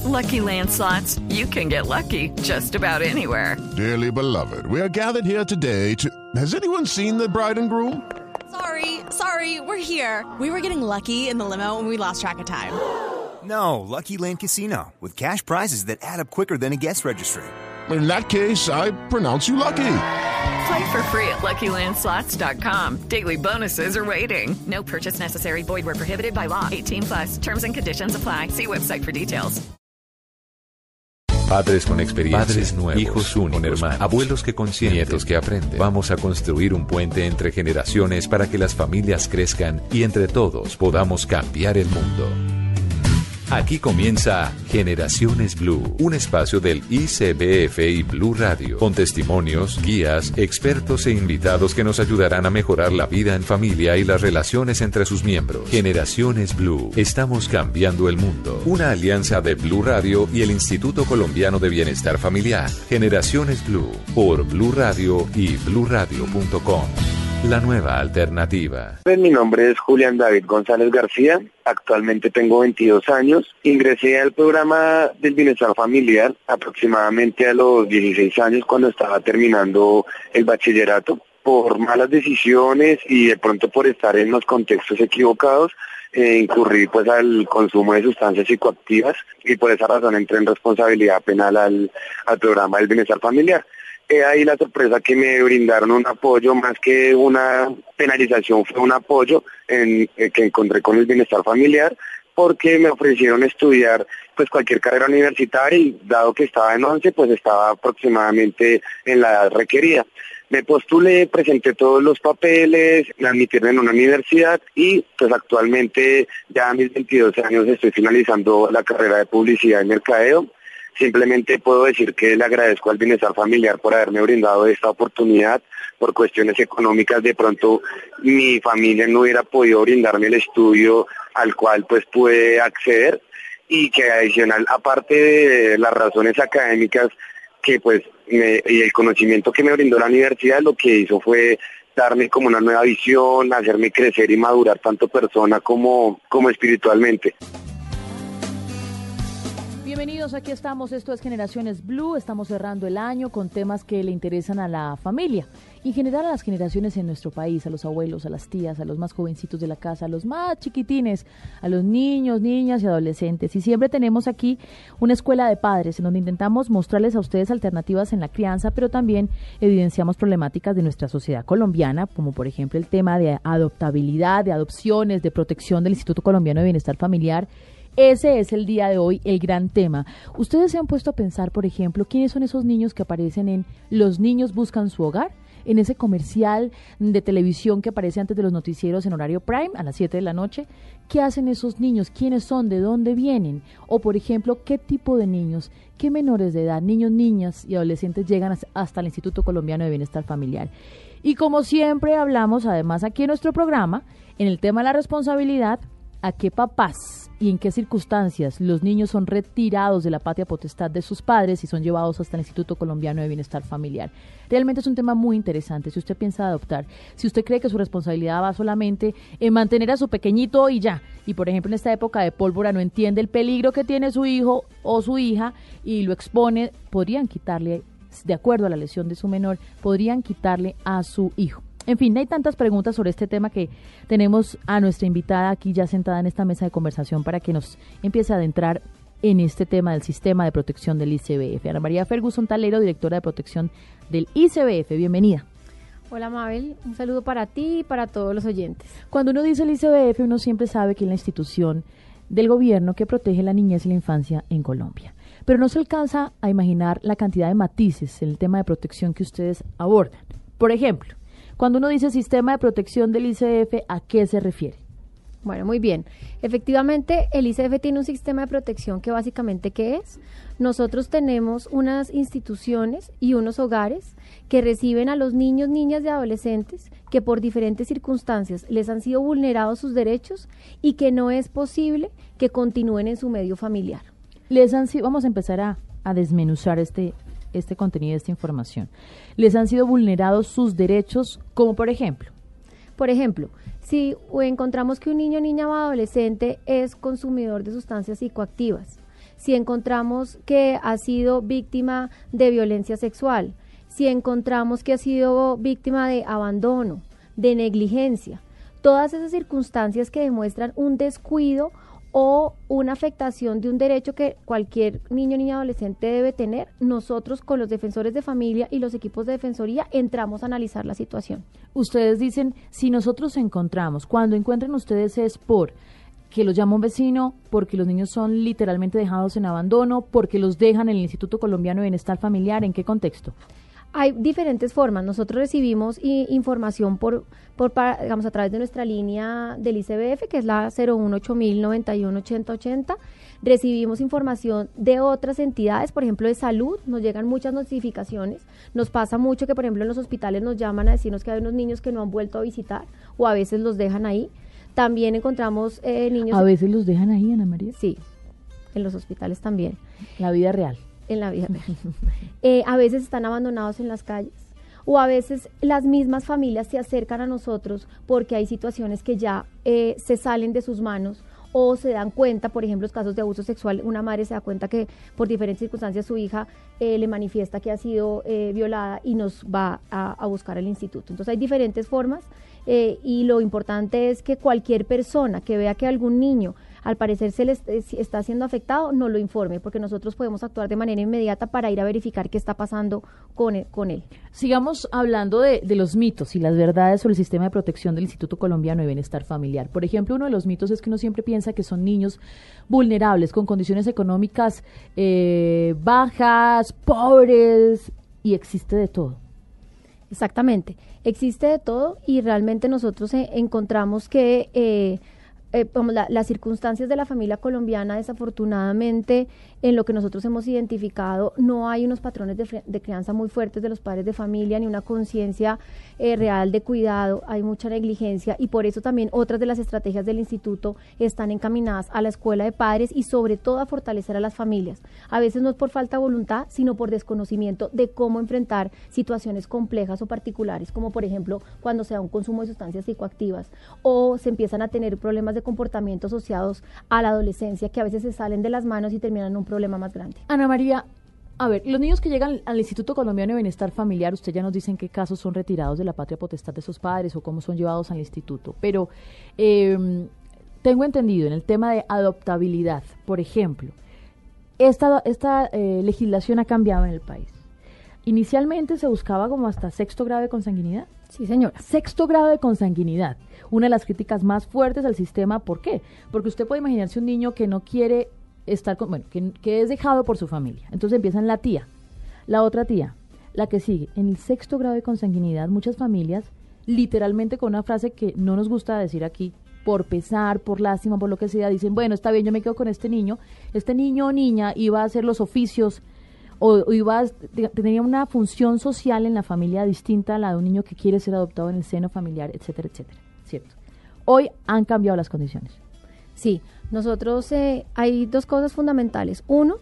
Lucky Land Slots, you can get lucky just about anywhere. Dearly beloved, we are gathered here today to... Has anyone seen the bride and groom? Sorry, we're here. We were getting lucky in the limo and we lost track of time. No, Lucky Land Casino, with cash prizes that add up quicker than a guest registry. In that case, I pronounce you lucky. Play for free at LuckyLandSlots.com. Daily bonuses are waiting. No purchase necessary. Void where prohibited by law. 18+. Terms and conditions apply. See website for details. Padres con experiencia, padres nuevos, hijos únicos, hermanos, abuelos que consienten, nietos que aprenden. Vamos a construir un puente entre generaciones para que las familias crezcan y entre todos podamos cambiar el mundo. Aquí comienza Generaciones Blue, un espacio del ICBF y Blue Radio, con testimonios, guías, expertos e invitados que nos ayudarán a mejorar la vida en familia y las relaciones entre sus miembros. Generaciones Blue, estamos cambiando el mundo. Una alianza de Blue Radio y el Instituto Colombiano de Bienestar Familiar. Generaciones Blue, por Blue Radio y bluradio.com. La nueva alternativa. Mi nombre es Julián David González García, actualmente tengo 22 años, ingresé al programa del bienestar familiar aproximadamente a los 16 años cuando estaba terminando el bachillerato. Por malas decisiones y de pronto por estar en los contextos equivocados, incurrí pues al consumo de sustancias psicoactivas y por esa razón entré en responsabilidad penal al programa del bienestar familiar. Ahí la sorpresa que me brindaron un apoyo, más que una penalización, fue un apoyo que encontré con el bienestar familiar, porque me ofrecieron estudiar pues cualquier carrera universitaria y dado que estaba en 11, pues estaba aproximadamente en la edad requerida. Me postulé, presenté todos los papeles, me admitieron en una universidad y pues actualmente ya a mis 22 años estoy finalizando la carrera de publicidad y mercadeo. Simplemente puedo decir que le agradezco al bienestar familiar por haberme brindado esta oportunidad. Por cuestiones económicas, de pronto mi familia no hubiera podido brindarme el estudio al cual pues pude acceder, y que adicional, aparte de las razones académicas que pues y el conocimiento que me brindó la universidad, lo que hizo fue darme como una nueva visión, hacerme crecer y madurar tanto persona como espiritualmente. Bienvenidos, aquí estamos, esto es Generaciones Blue, estamos cerrando el año con temas que le interesan a la familia, y en general a las generaciones en nuestro país, a los abuelos, a las tías, a los más jovencitos de la casa, a los más chiquitines, a los niños, niñas y adolescentes. Y siempre tenemos aquí una escuela de padres en donde intentamos mostrarles a ustedes alternativas en la crianza, pero también evidenciamos problemáticas de nuestra sociedad colombiana, como por ejemplo el tema de adoptabilidad, de adopciones, de protección del Instituto Colombiano de Bienestar Familiar. Ese es el día de hoy, el gran tema. Ustedes se han puesto a pensar, por ejemplo, ¿quiénes son esos niños que aparecen en Los niños buscan su hogar? En ese comercial de televisión que aparece antes de los noticieros en horario prime, a las 7 de la noche. ¿Qué hacen esos niños? ¿Quiénes son? ¿De dónde vienen? O, por ejemplo, ¿qué tipo de niños? ¿Qué menores de edad, niños, niñas y adolescentes llegan hasta el Instituto Colombiano de Bienestar Familiar? Y como siempre hablamos, además, aquí en nuestro programa, en el tema de la responsabilidad, ¿a qué papás y en qué circunstancias los niños son retirados de la patria potestad de sus padres y son llevados hasta el Instituto Colombiano de Bienestar Familiar? Realmente es un tema muy interesante. Si usted piensa adoptar, si usted cree que su responsabilidad va solamente en mantener a su pequeñito y ya, y por ejemplo en esta época de pólvora no entiende el peligro que tiene su hijo o su hija y lo expone, podrían quitarle, de acuerdo a la lesión de su menor, podrían quitarle a su hijo. En fin, hay tantas preguntas sobre este tema que tenemos a nuestra invitada aquí ya sentada en esta mesa de conversación para que nos empiece a adentrar en este tema del sistema de protección del ICBF. Ana María Ferguson Talero, directora de protección del ICBF, bienvenida. Hola Mabel, un saludo para ti y para todos los oyentes. Cuando uno dice el ICBF, uno siempre sabe que es la institución del gobierno que protege la niñez y la infancia en Colombia. Pero no se alcanza a imaginar la cantidad de matices en el tema de protección que ustedes abordan. Por ejemplo, cuando uno dice sistema de protección del ICBF, ¿a qué se refiere? Bueno, muy bien. Efectivamente, el ICBF tiene un sistema de protección que básicamente, ¿qué es? Nosotros tenemos unas instituciones y unos hogares que reciben a los niños, niñas y adolescentes que por diferentes circunstancias les han sido vulnerados sus derechos y que no es posible que continúen en su medio familiar. Vamos a empezar a desmenuzar este contenido, esta información. Les han sido vulnerados sus derechos, como por ejemplo, si encontramos que un niño, niña o adolescente es consumidor de sustancias psicoactivas, si encontramos que ha sido víctima de violencia sexual, si encontramos que ha sido víctima de abandono, de negligencia, todas esas circunstancias que demuestran un descuido o una afectación de un derecho que cualquier niño, niña, adolescente debe tener, nosotros con los defensores de familia y los equipos de defensoría entramos a analizar la situación. Ustedes dicen, si nosotros encontramos, cuando encuentren ustedes es por que los llama un vecino, porque los niños son literalmente dejados en abandono, porque los dejan en el Instituto Colombiano de Bienestar Familiar, ¿en qué contexto? Hay diferentes formas. Nosotros recibimos información digamos, a través de nuestra línea del ICBF, que es la 018-091-8080. Recibimos información de otras entidades, por ejemplo, de salud. Nos llegan muchas notificaciones. Nos pasa mucho que, por ejemplo, en los hospitales nos llaman a decirnos que hay unos niños que no han vuelto a visitar o a veces los dejan ahí. También encontramos niños... ¿A veces los dejan ahí, Ana María? Sí, en los hospitales también. La vida real. En la vida real. A veces están abandonados en las calles o a veces las mismas familias se acercan a nosotros porque hay situaciones que ya se salen de sus manos o se dan cuenta, por ejemplo, los casos de abuso sexual, una madre se da cuenta que por diferentes circunstancias su hija le manifiesta que ha sido violada y nos va a buscar al instituto. Entonces hay diferentes formas y lo importante es que cualquier persona que vea que algún niño al parecer se les está siendo afectado, no lo informe, porque nosotros podemos actuar de manera inmediata para ir a verificar qué está pasando con él. Sigamos hablando de los mitos y las verdades sobre el sistema de protección del Instituto Colombiano de Bienestar Familiar. Por ejemplo, uno de los mitos es que uno siempre piensa que son niños vulnerables, con condiciones económicas bajas, pobres, y existe de todo. Exactamente, existe de todo y realmente nosotros encontramos que... las circunstancias de la familia colombiana, desafortunadamente, en lo que nosotros hemos identificado, no hay unos patrones de crianza muy fuertes de los padres de familia, ni una conciencia real de cuidado, hay mucha negligencia y por eso también otras de las estrategias del instituto están encaminadas a la escuela de padres y sobre todo a fortalecer a las familias. A veces no es por falta de voluntad, sino por desconocimiento de cómo enfrentar situaciones complejas o particulares, como por ejemplo cuando se da un consumo de sustancias psicoactivas o se empiezan a tener problemas de comportamientos asociados a la adolescencia que a veces se salen de las manos y terminan en un problema más grande. Ana María, a ver, los niños que llegan al Instituto Colombiano de Bienestar Familiar, usted ya nos dice en qué casos son retirados de la patria potestad de sus padres o cómo son llevados al instituto, pero tengo entendido en el tema de adoptabilidad, por ejemplo, esta legislación ha cambiado en el país. Inicialmente se buscaba como hasta 6º grado de consanguinidad. Sí, señora. 6º grado de consanguinidad. Una de las críticas más fuertes al sistema, ¿por qué? Porque usted puede imaginarse un niño que no quiere estar con, que es dejado por su familia. Entonces empiezan la tía, la otra tía, la que sigue. En el 6º grado de consanguinidad, muchas familias, literalmente con una frase que no nos gusta decir aquí, por pesar, por lástima, por lo que sea, dicen, bueno, está bien, yo me quedo con este niño o niña iba a hacer los oficios o tenía una función social en la familia distinta a la de un niño que quiere ser adoptado en el seno familiar, etcétera, etcétera, ¿cierto? Hoy han cambiado las condiciones. Sí, nosotros hay dos cosas fundamentales. Uno,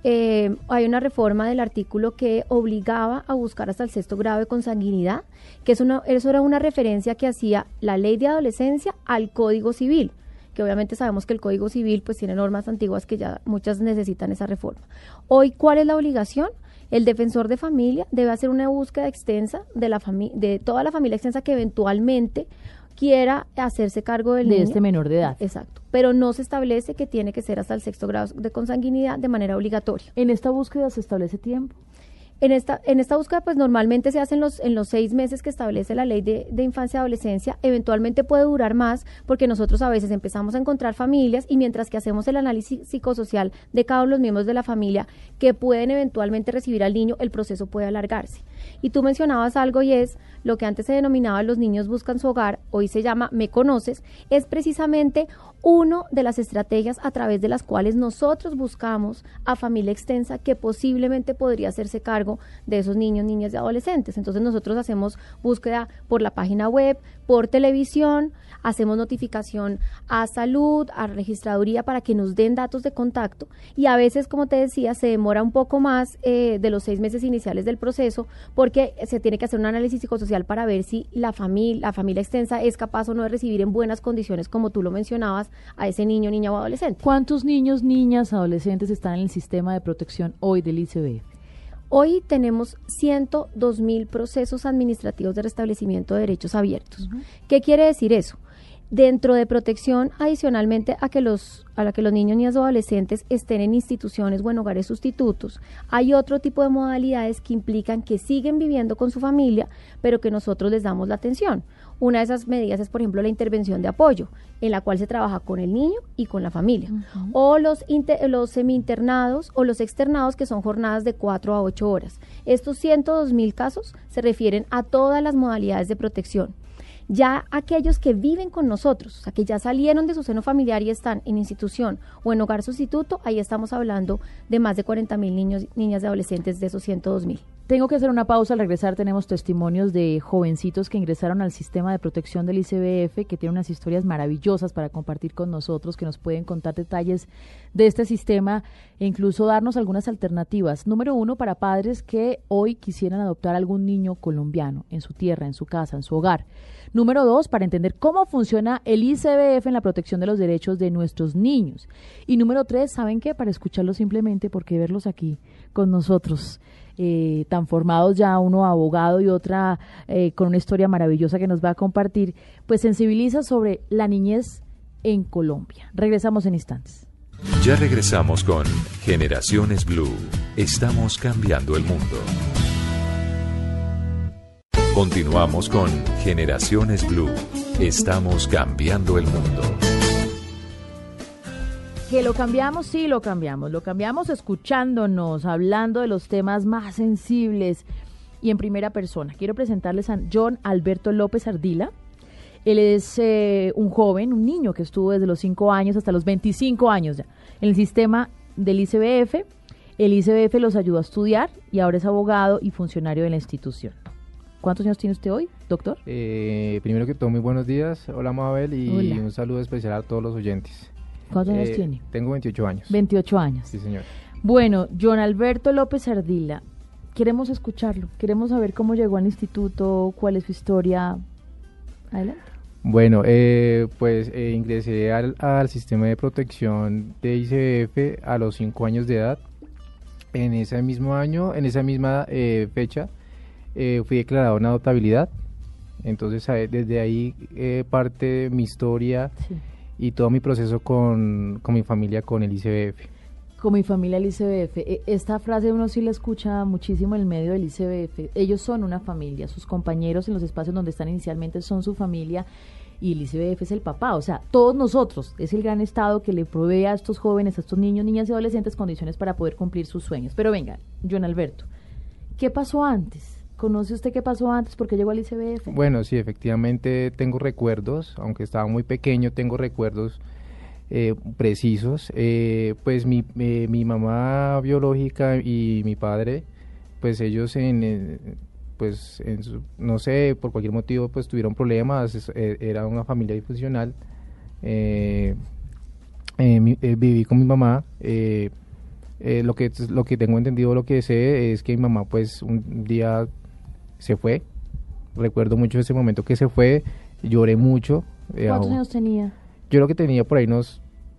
hay una reforma del artículo que obligaba a buscar hasta el 6º grado de consanguinidad, que eso era una referencia que hacía la ley de adolescencia al Código Civil, que obviamente sabemos que el Código Civil pues tiene normas antiguas que ya muchas necesitan esa reforma. Hoy, ¿cuál es la obligación? El defensor de familia debe hacer una búsqueda extensa de toda la familia extensa que eventualmente quiera hacerse cargo del niño. De este menor de edad. Exacto. Pero no se establece que tiene que ser hasta el 6º grado de consanguinidad de manera obligatoria. ¿En esta búsqueda se establece tiempo? En esta búsqueda, pues normalmente se hace en los 6 meses que establece la ley de infancia y adolescencia. Eventualmente puede durar más porque nosotros a veces empezamos a encontrar familias y mientras que hacemos el análisis psicosocial de cada uno de los miembros de la familia que pueden eventualmente recibir al niño, el proceso puede alargarse. Y tú mencionabas algo y es lo que antes se denominaba los niños buscan su hogar, hoy se llama Me Conoces, es precisamente una de las estrategias a través de las cuales nosotros buscamos a familia extensa que posiblemente podría hacerse cargo de esos niños, niñas y adolescentes. Entonces nosotros hacemos búsqueda por la página web, por televisión, hacemos notificación a salud, a registraduría para que nos den datos de contacto y a veces, como te decía, se demora un poco más de los 6 meses iniciales del proceso porque se tiene que hacer un análisis psicosocial para ver si la familia extensa es capaz o no de recibir en buenas condiciones, como tú lo mencionabas, a ese niño, niña o adolescente. ¿Cuántos niños, niñas, adolescentes están en el sistema de protección hoy del ICBF? Hoy tenemos 102.000 procesos administrativos de restablecimiento de derechos abiertos. ¿Qué quiere decir eso? Dentro de protección, adicionalmente a que los niños, niñas o adolescentes estén en instituciones o en hogares sustitutos, hay otro tipo de modalidades que implican que siguen viviendo con su familia, pero que nosotros les damos la atención. Una de esas medidas es, por ejemplo, la intervención de apoyo, en la cual se trabaja con el niño y con la familia. O los semi-internados o los externados, que son jornadas de 4 a 8 horas. Estos 102.000 casos se refieren a todas las modalidades de protección. Ya aquellos que viven con nosotros, o sea, que ya salieron de su seno familiar y están en institución o en hogar sustituto, ahí estamos hablando de más de 40.000 niños, niñas y adolescentes de esos 102.000. Tengo que hacer una pausa. Al regresar tenemos testimonios de jovencitos que ingresaron al sistema de protección del ICBF, que tienen unas historias maravillosas para compartir con nosotros, que nos pueden contar detalles de este sistema e incluso darnos algunas alternativas. Número 1, para padres que hoy quisieran adoptar algún niño colombiano en su tierra, en su casa, en su hogar. Número 2, para entender cómo funciona el ICBF en la protección de los derechos de nuestros niños. Y número 3, ¿saben qué? Para escucharlos simplemente, porque verlos aquí con nosotros, tan formados ya, uno abogado y otra con una historia maravillosa que nos va a compartir, pues sensibiliza sobre la niñez en Colombia. Regresamos en instantes. Ya regresamos con Generaciones Blue. Estamos cambiando el mundo. Continuamos con Generaciones Blue. Estamos cambiando el mundo. Que lo cambiamos, sí lo cambiamos escuchándonos, hablando de los temas más sensibles y en primera persona. Quiero presentarles a John Alberto López Ardila. Él es un joven, un niño que estuvo desde los 5 años hasta los 25 años ya en el sistema del ICBF. El ICBF los ayudó a estudiar y ahora es abogado y funcionario de la institución. ¿Cuántos años tiene usted hoy, doctor? Primero que todo, muy buenos días. Hola, Mabel, y Hola. Un saludo especial a todos los oyentes. ¿Cuántos años tiene? Tengo 28 años. 28 años. Sí, señor. Bueno, John Alberto López Ardila, queremos escucharlo, queremos saber cómo llegó al instituto, cuál es su historia. Adelante. Bueno, ingresé al sistema de protección de ICBF a los 5 años de edad. En ese mismo año, en esa misma fecha, fui declarado en adoptabilidad. Entonces, desde ahí parte mi historia. Sí. Y todo mi proceso con mi familia, con el ICBF. Con mi familia, el ICBF. Esta frase uno sí la escucha muchísimo en el medio del ICBF. Ellos son una familia, sus compañeros en los espacios donde están inicialmente son su familia y el ICBF es el papá. O sea, todos nosotros, es el gran Estado que le provee a estos jóvenes, a estos niños, niñas y adolescentes condiciones para poder cumplir sus sueños. Pero venga, John Alberto, ¿qué pasó antes? ¿Conoce usted qué pasó antes? ¿Por qué llegó al ICBF? Bueno, sí, efectivamente tengo recuerdos, aunque estaba muy pequeño, tengo recuerdos precisos. Pues mi mamá biológica y mi padre, pues ellos no sé, por cualquier motivo, pues tuvieron problemas, era una familia disfuncional. Viví con mi mamá. Lo que tengo entendido, lo que sé es que mi mamá pues un día se fue. Recuerdo mucho ese momento que se fue, lloré mucho. ¿Cuántos años tenía? Yo lo que tenía por ahí unos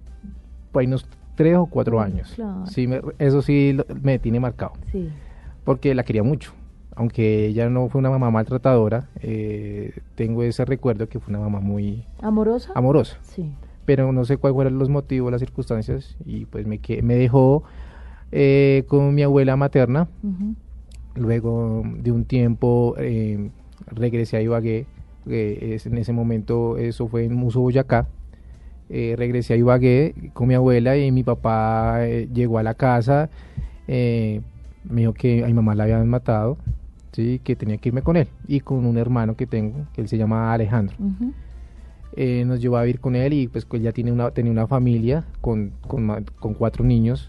3 o 4 años. Claro. Sí, eso sí me tiene marcado. Sí. Porque la quería mucho. Aunque ella no fue una mamá maltratadora, tengo ese recuerdo que fue una mamá muy... ¿Amorosa? Amorosa. Sí. Pero no sé cuáles fueron los motivos, las circunstancias, y pues me dejó con mi abuela materna. Uh-huh. Luego de un tiempo regresé a Ibagué, en ese momento eso fue en Muso, Boyacá. Regresé a Ibagué con mi abuela y mi papá llegó a la casa, me dijo que a mi mamá la habían matado, ¿sí? Que tenía que irme con él y con un hermano que tengo, que él se llama Alejandro. Uh-huh. Nos llevó a vivir con él y pues él ya tenía una familia con 4 niños.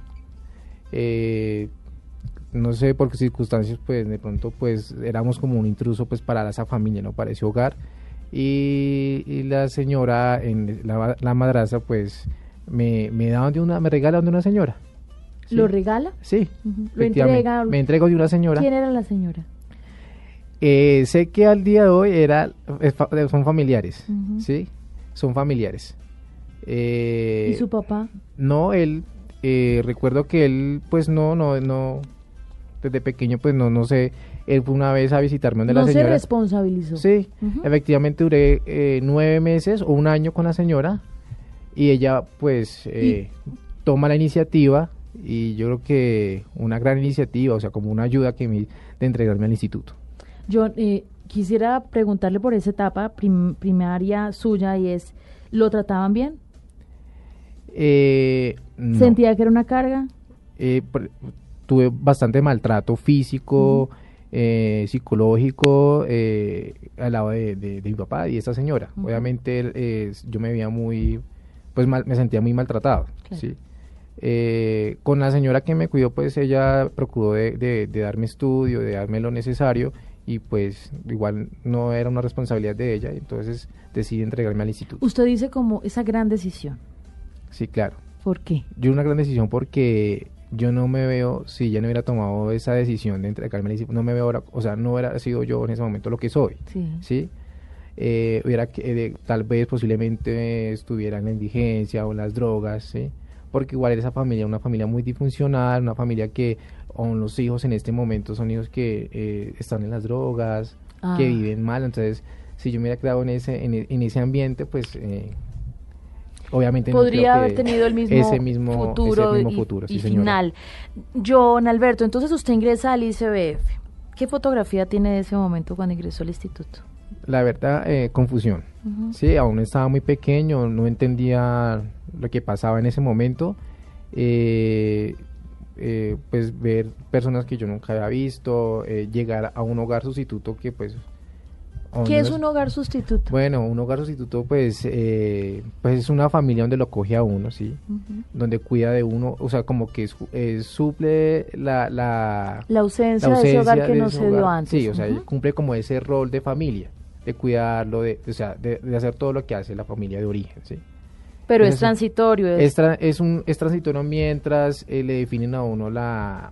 No sé por qué circunstancias, pues de pronto pues éramos como un intruso pues para esa familia, ¿no? Para ese hogar. Y la señora, la madrastra, pues me regala de una señora. ¿Sí? ¿Lo regala? Sí. Uh-huh. ¿Lo entrega? Me entrego de una señora. ¿Quién era la señora? Sé que al día de hoy son familiares, ¿sí? Son familiares. ¿Y su papá? No, él, recuerdo que él, pues no, desde pequeño, pues no sé, él fue una vez a visitarme donde la señora. ¿No se responsabilizó? Sí, efectivamente duré 9 meses o un año con la señora y ella, pues, toma la iniciativa y yo creo que una gran iniciativa, o sea, como una ayuda de entregarme al instituto. Yo quisiera preguntarle por esa etapa primaria suya y es, ¿lo trataban bien? No. ¿Sentía que era una carga? Tuve bastante maltrato físico, psicológico, al lado de mi papá y esta señora. Obviamente yo me veía me sentía muy maltratado, claro. ¿Sí? Con la señora que me cuidó, pues ella procuró de darme estudio, de darme lo necesario y pues igual no era una responsabilidad de ella, entonces decidí entregarme al instituto. Usted dice como esa gran decisión. Sí, claro. ¿Por qué? Una gran decisión porque yo no me veo, si ya no hubiera tomado esa decisión de entregarme al instituto, no me veo ahora, o sea, no hubiera sido yo en ese momento lo que soy, ¿sí? Tal vez posiblemente estuviera en la indigencia o en las drogas, ¿sí? Porque igual esa familia, una familia muy disfuncional, una familia que los hijos en este momento son hijos que están en las drogas, que viven mal, entonces si yo me hubiera quedado en ese ambiente, pues obviamente podría no haber tenido el mismo futuro sí, final. John Alberto, entonces usted ingresa al ICBF. ¿Qué fotografía tiene de ese momento cuando ingresó al instituto? La verdad, confusión. Sí, aún estaba muy pequeño, no entendía lo que pasaba en ese momento. Pues ver personas que yo nunca había visto, llegar a un hogar sustituto que pues... ¿Qué es un hogar sustituto? Bueno, un hogar sustituto pues es una familia donde lo coge a uno, ¿sí? Donde cuida de uno, o sea, como que suple la ausencia de ese hogar que no se dio antes. Sí, o sea, cumple como ese rol de familia, de cuidarlo, de hacer todo lo que hace la familia de origen, ¿sí? Pero entonces, es transitorio. Es transitorio mientras le definen a uno las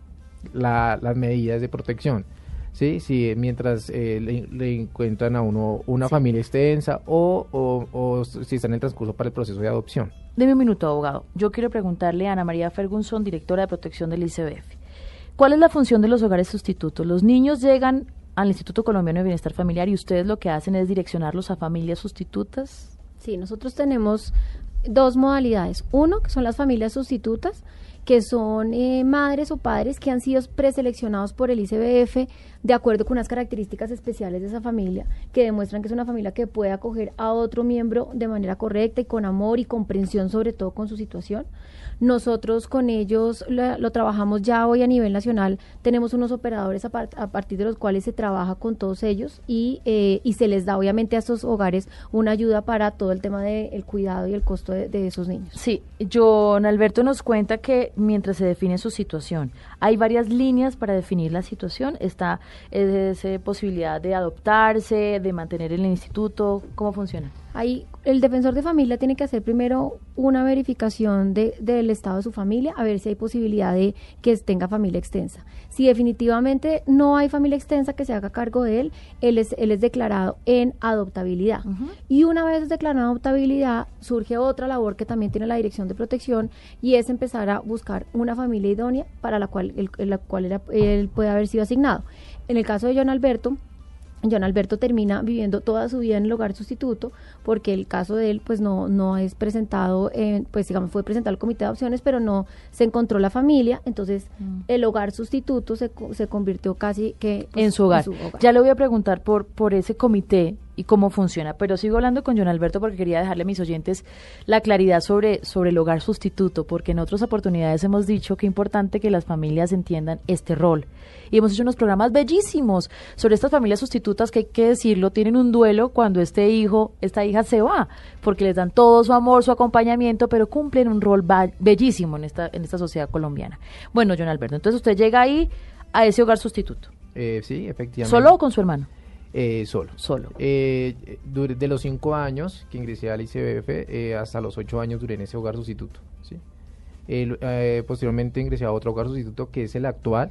medidas de protección. Sí, mientras le encuentran a uno una familia extensa o si está en el transcurso para el proceso de adopción. Deme un minuto, abogado. Yo quiero preguntarle a Ana María Ferguson, directora de protección del ICBF. ¿Cuál es la función de los hogares sustitutos? Los niños llegan al Instituto Colombiano de Bienestar Familiar y ustedes lo que hacen es direccionarlos a familias sustitutas. Sí, nosotros tenemos 2 modalidades. Uno, que son las familias sustitutas, que son madres o padres que han sido preseleccionados por el ICBF de acuerdo con unas características especiales de esa familia, que demuestran que es una familia que puede acoger a otro miembro de manera correcta y con amor y comprensión, sobre todo con su situación. Nosotros con ellos lo trabajamos ya hoy a nivel nacional, tenemos unos operadores a partir de los cuales se trabaja con todos ellos y se les da obviamente a estos hogares una ayuda para todo el tema del cuidado y el costo de esos niños. Sí, John Alberto nos cuenta que mientras se define su situación, hay varias líneas para definir la situación, está esa posibilidad de adoptarse, de mantener el instituto, ¿cómo funciona? Ahí el defensor de familia tiene que hacer primero una verificación del estado de su familia, a ver si hay posibilidad de que tenga familia extensa. Si definitivamente no hay familia extensa que se haga cargo de él, él es declarado en adoptabilidad. Y una vez declarado en adoptabilidad, surge otra labor que también tiene la Dirección de Protección y es empezar a buscar una familia idónea para la cual él puede haber sido asignado. En el caso de John Alberto termina viviendo toda su vida en el hogar sustituto porque el caso de él pues no es presentado, pues digamos fue presentado al comité de adopciones pero no se encontró la familia, entonces el hogar sustituto se convirtió casi que pues, en su hogar. Ya le voy a preguntar por ese comité y cómo funciona, pero sigo hablando con John Alberto porque quería dejarle a mis oyentes la claridad sobre el hogar sustituto, porque en otras oportunidades hemos dicho que es importante que las familias entiendan este rol. Y hemos hecho unos programas bellísimos sobre estas familias sustitutas que hay que decirlo, tienen un duelo cuando esta hija se va, porque les dan todo su amor, su acompañamiento, pero cumplen un rol bellísimo en esta sociedad colombiana. Bueno, John Alberto, entonces usted llega ahí a ese hogar sustituto. Sí, efectivamente. ¿Solo o con su hermano? Solo. De los 5 años que ingresé al ICBF hasta los 8 años duré en ese hogar sustituto, ¿sí? Posteriormente ingresé a otro hogar sustituto que es el actual,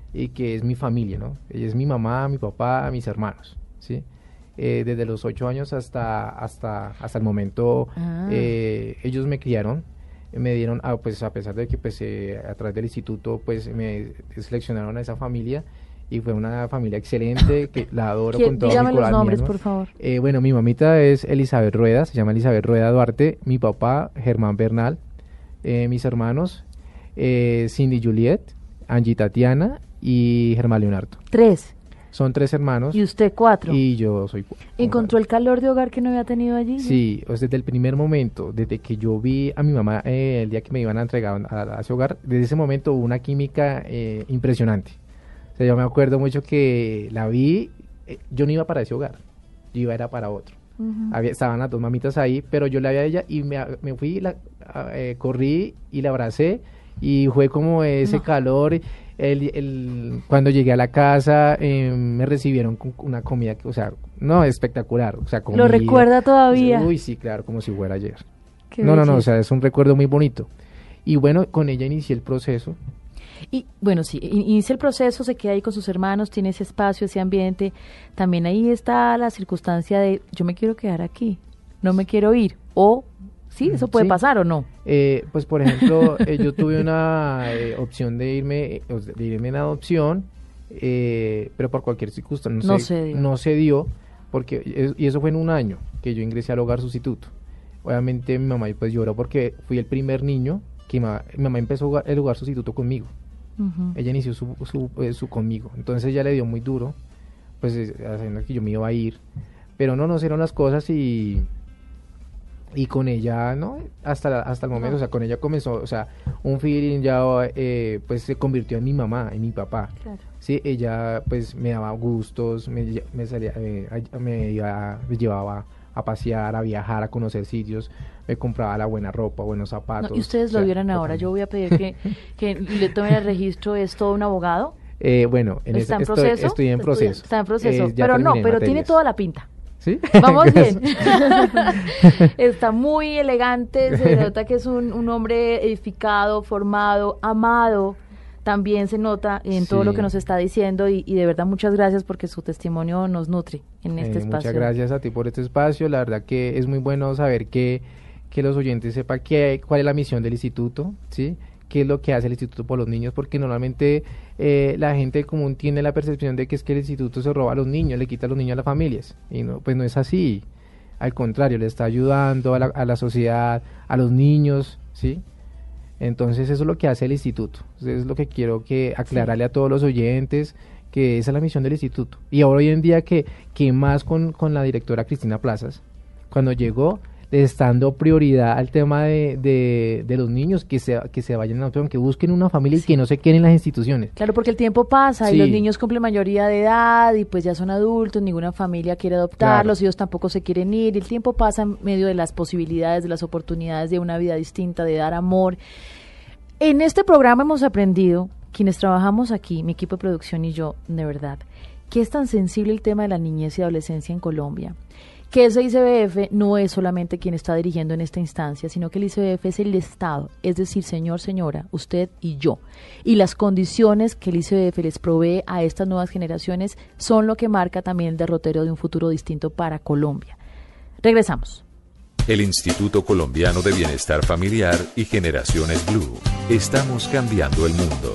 y que es mi familia, ¿no? Ella es mi mamá, mi papá, mis hermanos, ¿sí? Desde los 8 años hasta el momento, ellos me criaron, me dieron, pues a pesar de que pues a través del instituto pues me seleccionaron a esa familia, y fue una familia excelente, que la adoro con todo mi corazón. Dígame los nombres, por favor. Bueno, mi mamita es Elizabeth Rueda, se llama Elizabeth Rueda Duarte, mi papá Germán Bernal, mis hermanos Cindy Juliet, Angie Tatiana y Germán Leonardo. 3. Son 3 hermanos. ¿Y usted 4? Y yo soy 4. ¿Encontró el calor de hogar que no había tenido allí? Sí, pues desde el primer momento, desde que yo vi a mi mamá el día que me iban a entregar a ese hogar, desde ese momento hubo una química impresionante. O sea, yo me acuerdo mucho que la vi, yo no iba para ese hogar, yo era para otro. Estaban las 2 mamitas ahí, pero yo la vi a ella y me fui, corrí y la abracé, y fue como ese calor. Cuando llegué a la casa me recibieron con una comida que, o sea, no, espectacular, o sea, comida. ¿Lo recuerda todavía? Uy, sí, claro, como si fuera ayer. Qué no, belleza. o sea, es un recuerdo muy bonito. Y bueno, con ella inicié el proceso. Y bueno, sí, inicia el proceso, se queda ahí con sus hermanos, tiene ese espacio, ese ambiente. También ahí está la circunstancia de yo me quiero quedar aquí, no me quiero ir. O, sí, eso puede pasar o no. Pues por ejemplo, yo tuve una opción de irme en adopción, pero por cualquier circunstancia no se dio, porque y eso fue en un año que yo ingresé al hogar sustituto. Obviamente mi mamá pues lloró porque fui el primer niño que mi mamá empezó el hogar sustituto conmigo. Ella inició su conmigo, entonces ella le dio muy duro, pues haciendo que yo me iba a ir, pero no se dieron las cosas y con ella, ¿no? Hasta el momento, o sea, con ella comenzó, o sea, un feeling ya, pues se convirtió en mi mamá, en mi papá. Claro. Sí, ella, pues, me daba gustos, me llevaba a pasear, a viajar, a conocer sitios, me compraba la buena ropa, buenos zapatos. Y ustedes lo vieran ahora, yo voy a pedir que le tomen el registro. ¿Es todo un abogado? Bueno, ¿Está en proceso? Estoy en proceso. Está en proceso, pero tiene toda la pinta. ¿Sí? Vamos bien. Está muy elegante, se nota que es un hombre edificado, formado, amado. También se nota en todo lo que nos está diciendo y de verdad muchas gracias porque su testimonio nos nutre en este espacio. Muchas gracias a ti por este espacio. La verdad que es muy bueno saber que los oyentes sepan cuál es la misión del instituto, ¿sí? Qué es lo que hace el instituto por los niños, porque normalmente la gente común tiene la percepción de que es que el instituto se roba a los niños, le quita a los niños a las familias, y no, pues no es así. Al contrario, le está ayudando a la sociedad, a los niños, ¿sí? Entonces eso es lo que hace el instituto. Es lo que quiero aclararle a todos los oyentes, que esa es la misión del instituto. Y ahora hoy en día que más con la directora Cristina Plazas, cuando llegó, le está dando prioridad al tema de los niños que se vayan a adopción, que busquen una familia y que no se queden en las instituciones. Claro, porque el tiempo pasa y los niños cumplen mayoría de edad y pues ya son adultos, ninguna familia quiere adoptarlos, ellos tampoco se quieren ir, y el tiempo pasa en medio de las posibilidades, de las oportunidades de una vida distinta, de dar amor. En este programa hemos aprendido, quienes trabajamos aquí, mi equipo de producción y yo, de verdad, que es tan sensible el tema de la niñez y adolescencia en Colombia, que ese ICBF no es solamente quien está dirigiendo en esta instancia, sino que el ICBF es el Estado, es decir, señor, señora, usted y yo. Y las condiciones que el ICBF les provee a estas nuevas generaciones son lo que marca también el derrotero de un futuro distinto para Colombia. Regresamos. El Instituto Colombiano de Bienestar Familiar y Generaciones Blue. Estamos cambiando el mundo.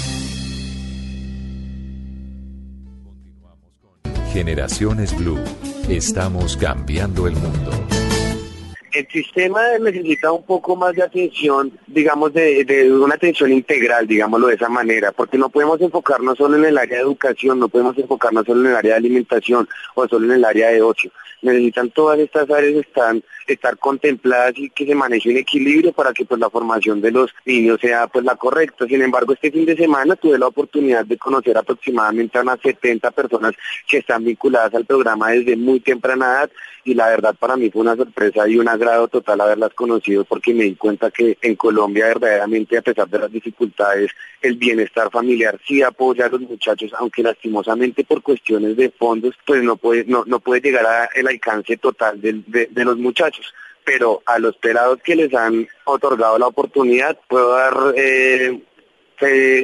Generaciones Blue. Estamos cambiando el mundo. El sistema necesita un poco más de atención, digamos, de una atención integral, digámoslo de esa manera, porque no podemos enfocarnos solo en el área de educación, no podemos enfocarnos solo en el área de alimentación o solo en el área de ocio. Necesitan todas estas áreas estar contempladas y que se maneje un equilibrio para que pues la formación de los niños sea pues la correcta. Sin embargo, este fin de semana tuve la oportunidad de conocer aproximadamente a unas 70 personas que están vinculadas al programa desde muy temprana edad, y la verdad para mí fue una sorpresa y un agrado total haberlas conocido, porque me di cuenta que en Colombia verdaderamente, a pesar de las dificultades, el bienestar familiar sí apoya a los muchachos, aunque lastimosamente por cuestiones de fondos pues no puede llegar a el alcance total de los muchachos. Pero a los pelados que les han otorgado la oportunidad puedo dar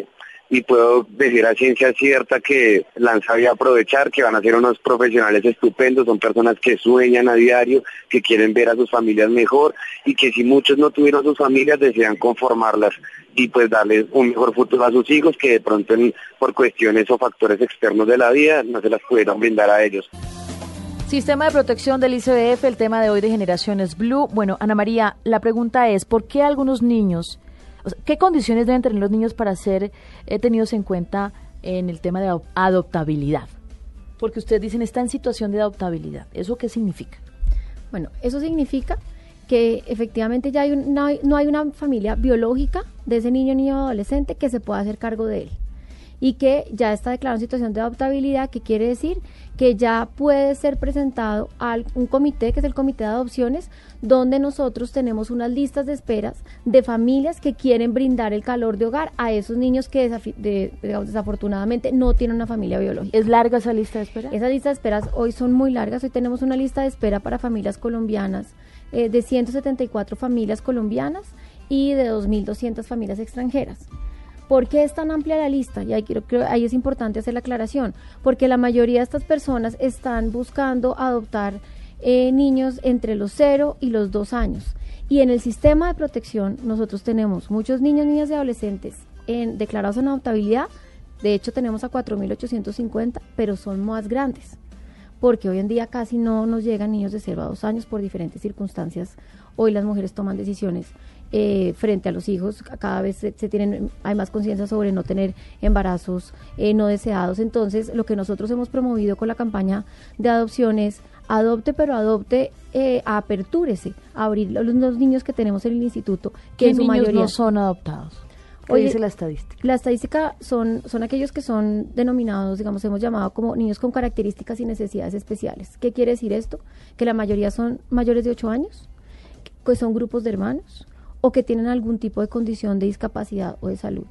y puedo decir a ciencia cierta que la han sabido aprovechar, que van a ser unos profesionales estupendos, son personas que sueñan a diario, que quieren ver a sus familias mejor y que si muchos no tuvieron sus familias desean conformarlas y pues darles un mejor futuro a sus hijos que de pronto por cuestiones o factores externos de la vida no se las pudieron brindar a ellos. Sistema de protección del ICBF, el tema de hoy de Generaciones Blue. Bueno, Ana María, la pregunta es, ¿por qué algunos niños, qué condiciones deben tener los niños para ser tenidos en cuenta en el tema de adoptabilidad? Porque ustedes dicen, está en situación de adoptabilidad. ¿Eso qué significa? Bueno, eso significa que efectivamente ya no hay una familia biológica de ese niño o adolescente que se pueda hacer cargo de él. Y que ya está declarado en situación de adoptabilidad, que quiere decir que ya puede ser presentado a un comité, que es el comité de adopciones, donde nosotros tenemos unas listas de esperas de familias que quieren brindar el calor de hogar a esos niños que desafortunadamente no tienen una familia biológica. ¿Es larga esa lista de espera? Esas listas de esperas hoy son muy largas. Hoy tenemos una lista de espera para familias colombianas de 174 familias colombianas y de 2.200 familias extranjeras. ¿Por qué es tan amplia la lista? Y ahí es importante hacer la aclaración, porque la mayoría de estas personas están buscando adoptar niños entre los 0 y los 2 años. Y en el sistema de protección nosotros tenemos muchos niños, niñas y adolescentes declarados en adoptabilidad. De hecho tenemos a 4.850, pero son más grandes, porque hoy en día casi no nos llegan niños de 0 a 2 años por diferentes circunstancias. Hoy las mujeres toman decisiones frente a los hijos, cada vez hay más conciencia sobre no tener embarazos no deseados. Entonces, lo que nosotros hemos promovido con la campaña de adopción es adopte, pero adopte, apertúrese, a abrir los niños que tenemos en el instituto, que en su mayoría no son adoptados. ¿Qué dice la estadística? La estadística son aquellos que son denominados, digamos, hemos llamado como niños con características y necesidades especiales. ¿Qué quiere decir esto? Que la mayoría son mayores de 8 años, que son grupos de hermanos, o que tienen algún tipo de condición de discapacidad o de salud.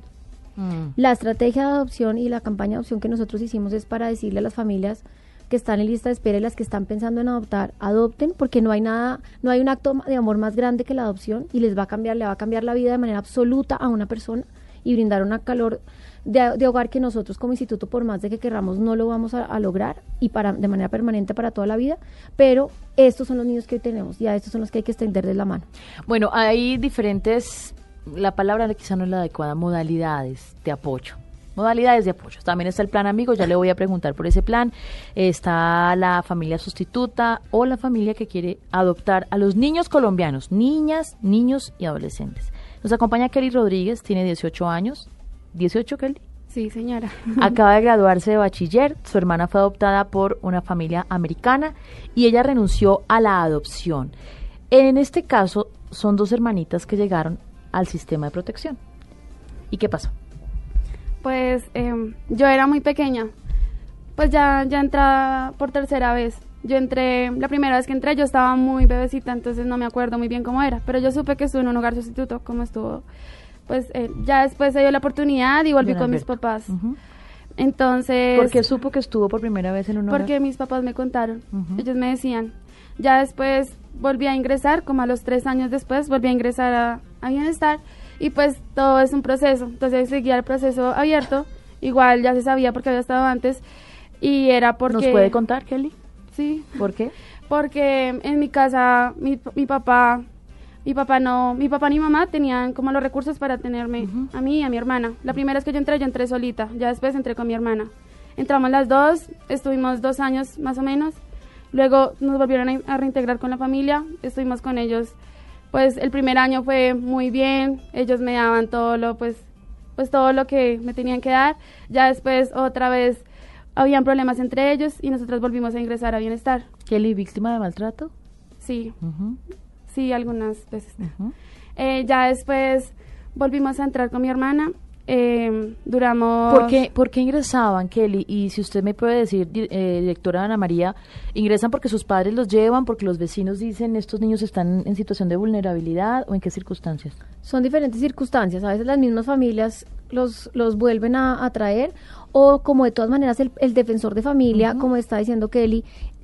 La estrategia de adopción y la campaña de adopción que nosotros hicimos es para decirle a las familias que están en lista de espera y las que están pensando en adoptar, adopten, porque no hay un acto de amor más grande que la adopción y le va a cambiar la vida de manera absoluta a una persona y brindar una calor de hogar que nosotros como instituto, por más de que querramos, no lo vamos a lograr y de manera permanente para toda la vida, pero estos son los niños que hoy tenemos y a estos son los que hay que extenderles la mano. Bueno, hay diferentes, la palabra quizá no es la adecuada, modalidades de apoyo. Modalidades de apoyo. También está el plan amigo, ya le voy a preguntar por ese plan. Está la familia sustituta o la familia que quiere adoptar a los niños colombianos, niñas, niños y adolescentes. Nos acompaña Kelly Rodríguez, tiene 18 años. ¿18, Kelly? Sí, señora. Acaba de graduarse de bachiller, su hermana fue adoptada por una familia americana y ella renunció a la adopción. En este caso, son 2 hermanitas que llegaron al sistema de protección. ¿Y qué pasó? Pues yo era muy pequeña, pues ya entraba por tercera vez. La primera vez que entré yo estaba muy bebecita, entonces no me acuerdo muy bien cómo era, pero yo supe que estuve en un hogar sustituto, como estuvo, pues ya después se dio la oportunidad y volví con mis papás. Entonces... ¿Por qué supo que estuvo por primera vez en un hogar? Porque mis papás me contaron, ellos me decían. Ya después volví a ingresar, como a los 3 años después, volví a ingresar a Bienestar. Y pues todo es un proceso, entonces seguía el proceso abierto, igual ya se sabía porque había estado antes, y era porque... ¿Nos puede contar, Kelly? Sí. ¿Por qué? Porque en mi casa mi papá ni mi mamá tenían como los recursos para tenerme a mí y a mi hermana. La primera vez que yo entré solita, ya después entré con mi hermana. Entramos las 2, estuvimos 2 años más o menos, luego nos volvieron a reintegrar con la familia, estuvimos con ellos. Pues el primer año fue muy bien, ellos me daban todo lo que me tenían que dar. Ya después otra vez habían problemas entre ellos y nosotros volvimos a ingresar a Bienestar. ¿Kelly, víctima de maltrato? Sí, sí, algunas veces. Ya después volvimos a entrar con mi hermana. Duramos... ¿Por qué ingresaban, Kelly? Y si usted me puede decir, directora Ana María, ¿ingresan porque sus padres los llevan, porque los vecinos dicen estos niños están en situación de vulnerabilidad o en qué circunstancias? Son diferentes circunstancias, a veces las mismas familias los vuelven a traer o como de todas maneras el defensor de familia, como está diciendo Kelly,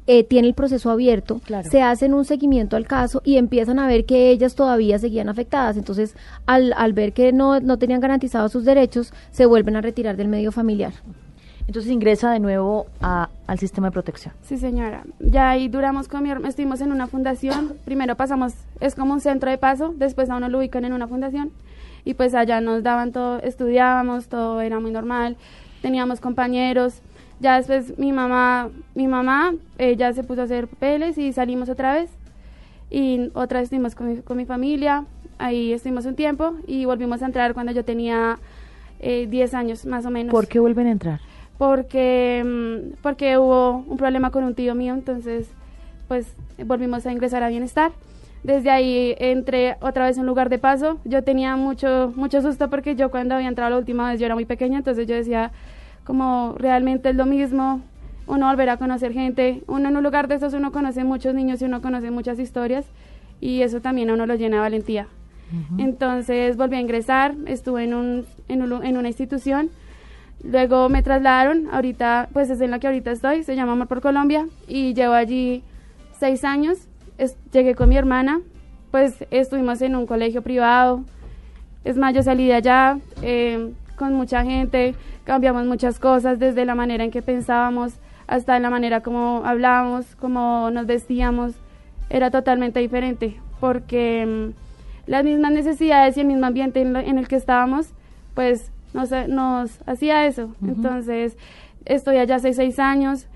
tiene el proceso abierto, se hacen un seguimiento al caso y empiezan a ver que ellas todavía seguían afectadas. Entonces, al ver que no tenían garantizados sus derechos, se vuelven a retirar del medio familiar. Entonces ingresa de nuevo al sistema de protección. Sí, señora. Ya ahí duramos estuvimos en una fundación. Primero pasamos, es como un centro de paso, después a uno lo ubican en una fundación. Y pues allá nos daban todo, estudiábamos, todo era muy normal, teníamos compañeros. Ya después mi mamá, ella se puso a hacer papeles y salimos otra vez. Y otra vez estuvimos con mi familia, ahí estuvimos un tiempo y volvimos a entrar cuando yo tenía 10 años más o menos. ¿Por qué vuelven a entrar? Porque hubo un problema con un tío mío, entonces pues volvimos a ingresar a Bienestar. Desde ahí entré otra vez a un lugar de paso. Yo tenía mucho susto porque yo cuando había entrado la última vez yo era muy pequeña, entonces yo decía como realmente es lo mismo, uno volverá a conocer gente, uno en un lugar de estos uno conoce muchos niños y uno conoce muchas historias y eso también a uno lo llena de valentía. Entonces volví a ingresar, estuve en una institución. Luego me trasladaron, ahorita, pues es en la que ahorita estoy, se llama Amor por Colombia, y llevo allí 6 años, llegué con mi hermana, pues estuvimos en un colegio privado, es más, yo salí de allá con mucha gente, cambiamos muchas cosas, desde la manera en que pensábamos, hasta la manera como hablábamos, como nos vestíamos, era totalmente diferente, porque las mismas necesidades y el mismo ambiente en el que estábamos, pues nos hacía eso. Entonces estoy allá hace 6 años,